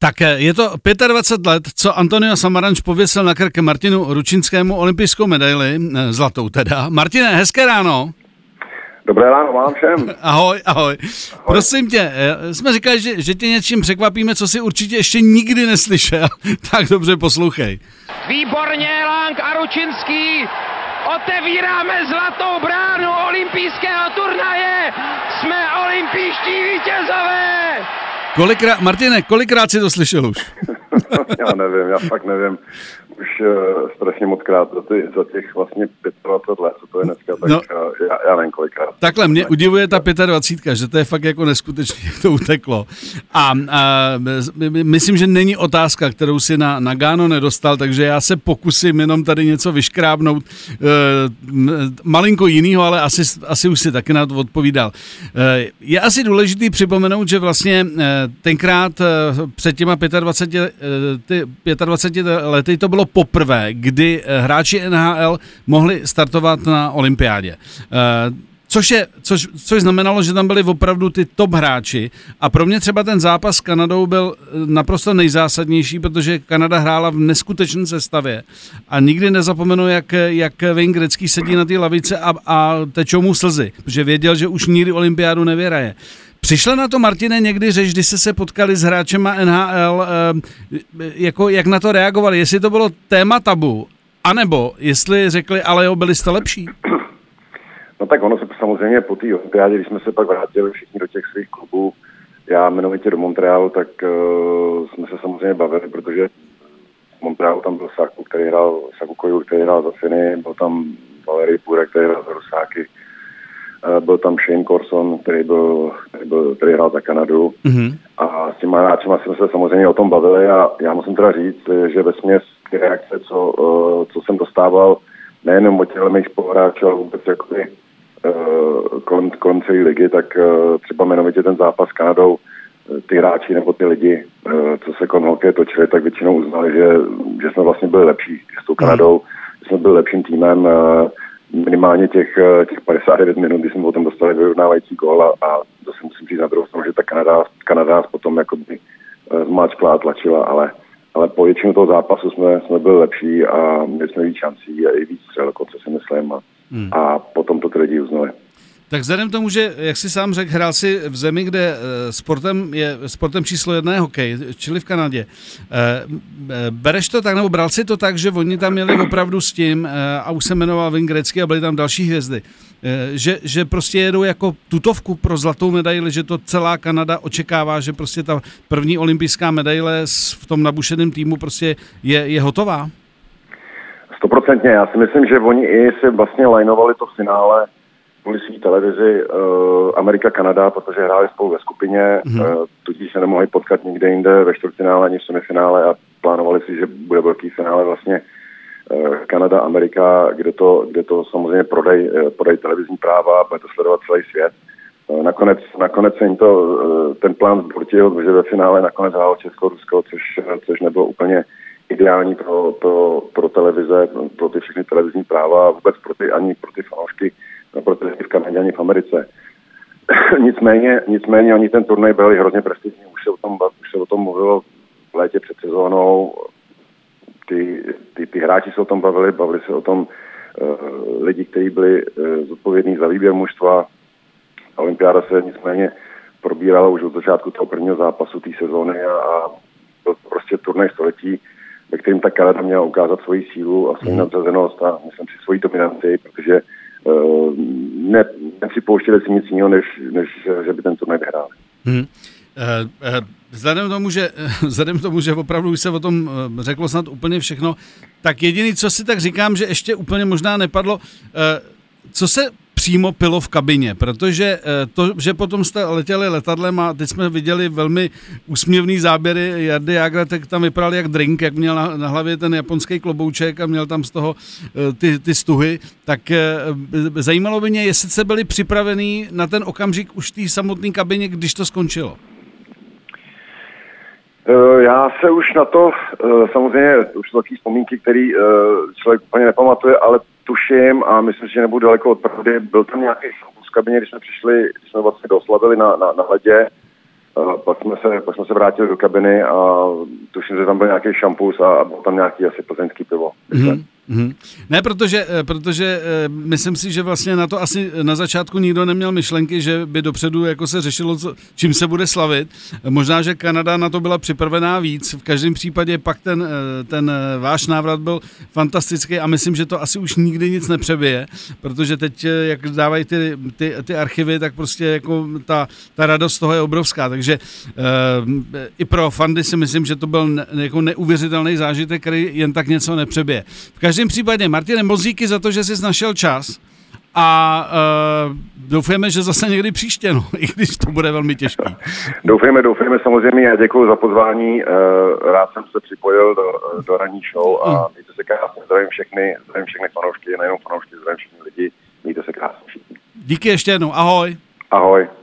Tak je to 25 let, co Antonio Samaranč pověsil na krk Martinu Ručinskému olympijskou medaili, zlatou teda. Martine, hezké ráno. Dobré ráno vám všem. Ahoj. Prosím tě, jsme říkali, že tě něčím překvapíme, co si určitě ještě nikdy neslyšel. Tak dobře poslouchej. Výborně, Lang a Ručinský. Otevíráme zlatou bránu olympijského turnaje. Jsme olympijští vítězové. Martine, kolikrát jsi to slyšel už? Já fakt nevím. Už strašně moc krát za těch vlastně 25 let, co to je dneska, tak já nevím kolikrát. Takhle, mě udivuje ta 25, že to je fakt jako neskutečně, jak to uteklo. A myslím, že není otázka, kterou si na Gáno nedostal, takže já se pokusím jenom tady něco vyškrábnout. Malinko jinýho, ale asi už si taky na to odpovídal. Je asi důležitý připomenout, že vlastně tenkrát před těma 25 lety to bylo poprvé, kdy hráči NHL mohli startovat na olympiádě. Což znamenalo, že tam byli opravdu ty top hráči a pro mě třeba ten zápas s Kanadou byl naprosto nejzásadnější, protože Kanada hrála v neskutečné sestavě a nikdy nezapomenu, jak Wayne Gretzky sedí na té lavice a tečou mu slzy, protože věděl, že už nikdy olympiádu nevyhraje. Přišla na to, Martine, někdy řeč, když jste se potkali s hráčema NHL, jako jak na to reagovali, jestli to bylo téma tabu, anebo jestli řekli, ale jo, byli jste lepší? No tak ono se samozřejmě po té olympiádě, když jsme se pak vrátili všichni do těch svých klubů, já jmenovitě do Montrealu, tak jsme se samozřejmě bavili, protože v Montrealu tam byl Saku Koivu, který hrál za Finy, byl tam Valéry Půrek, který hrál za Rusáky, byl tam Shane Corson, který hrál za Kanadu. Mm-hmm. A s těma hráčima jsme se samozřejmě o tom bavili a já musím teda říct, že vesměs ty reakce, co jsem dostával, nejenom od těchto mých spoluhráčů, ale vůbec jakoby, kolem celé ligy, tak třeba jmenovitě ten zápas s Kanadou, ty hráči nebo ty lidi, co se kolem hokeje točili, tak většinou uznali, že jsme vlastně byli lepší s tou Kanadou, že jsme byli lepším týmem, minimálně těch 59 minut, kdy jsme potom dostali vyrovnávající gól a to si musím říct na druhou stranu, že ta Kanada nás potom jakoby zmáčkla a tlačila, ale po většinu toho zápasu jsme byli lepší a měli jsme víc šancí a i víc střel, dokonce si myslím, a potom to ty lidi uznali. Tak vzhledem tomu, že, jak jsi sám řekl, hrál si v zemi, kde sportem číslo 1 je hokej, čili v Kanadě. Bereš to tak, nebo bral si to tak, že oni tam měli opravdu s tím, a už se jmenoval Wayne Gretzky a byly tam další hvězdy, že prostě jedou jako tutovku pro zlatou medaili, že to celá Kanada očekává, že prostě ta první olympijská medaile v tom nabušeném týmu prostě je hotová? 100%. Já si myslím, že oni i si vlastně lajnovali to v finále kvůli svý televizi Amerika-Kanada, protože hráli spolu ve skupině, tudíž se nemohli potkat nikde jinde ve čtvrtfinále ani v semifinále a plánovali si, že bude velký finále vlastně Kanada-Amerika, kde to samozřejmě prodej televizní práva a bude to sledovat celý svět. Nakonec se jim ten plán zbortil, že ve finále nakonec hrálo Česko-Rusko, což nebylo úplně ideální pro televize, pro ty všechny televizní práva a vůbec ani pro ty fanoušky, pro ty v Kanadě ani v Americe. Nicméně oni ten turnaj byli hrozně prestižní, už se o tom mluvilo v létě před sezónou, ty hráči se o tom bavili se o tom lidi, kteří byli zodpovědní za výběr mužstva. Olympiáda se nicméně probírala už od začátku toho prvního zápasu té sezóny a byl prostě turnaj století, ve kterým ta Kanada měla ukázat svoji sílu a svoji nadřazenost a myslím si svoji dominanci, protože nepřipouštěli si nic jiného, než že by ten turnaj vyhráli. Vzhledem k tomu, že opravdu už se o tom řeklo snad úplně všechno, tak jediný, co si tak říkám, že ještě úplně možná nepadlo, co se přímo pilo v kabině, protože to, že potom jste letěli letadlem a teď jsme viděli velmi úsměvný záběry Jardy Jágra, tak tam vypadal jak drink, jak měl na hlavě ten japonský klobouček a měl tam z toho ty stuhy, tak zajímalo by mě, jestli jste byli připravený na ten okamžik už v té samotné kabině, když to skončilo. Já se už na to, samozřejmě už jsou takové vzpomínky, které člověk úplně nepamatuje, ale tuším a myslím, že nebudu daleko od pravdy. Byl tam nějaký v kabině, když jsme vlastně doslavili na ledě Pak jsme se vrátili do kabiny a tuším, že tam byl nějaký šampus a byl tam nějaký asi plzeňský pivo. Ne, protože myslím si, že vlastně na to asi na začátku nikdo neměl myšlenky, že by dopředu jako se řešilo, čím se bude slavit. Možná, že Kanada na to byla připravená víc. V každém případě pak ten váš návrat byl fantastický a myslím, že to asi už nikdy nic nepřebije, protože teď, jak dávají ty archivy, tak prostě jako ta radost toho je obrovská. Takže i pro fandy si myslím, že to byl jako neuvěřitelný zážitek, který jen tak něco nepřebije. V každém případě, Martine, moc díky za to, že jsi našel čas a doufujeme, že zase někdy příště, no, i když to bude velmi těžký. Doufujeme samozřejmě, já děkuji za pozvání, rád jsem se připojil do ranní show a mějte se krásně, zdravím všechny fanoušky, nejenom fanoušky, zdravím všechny lidi, mějte se krásně všichni. Díky ještě jednou, ahoj. Ahoj.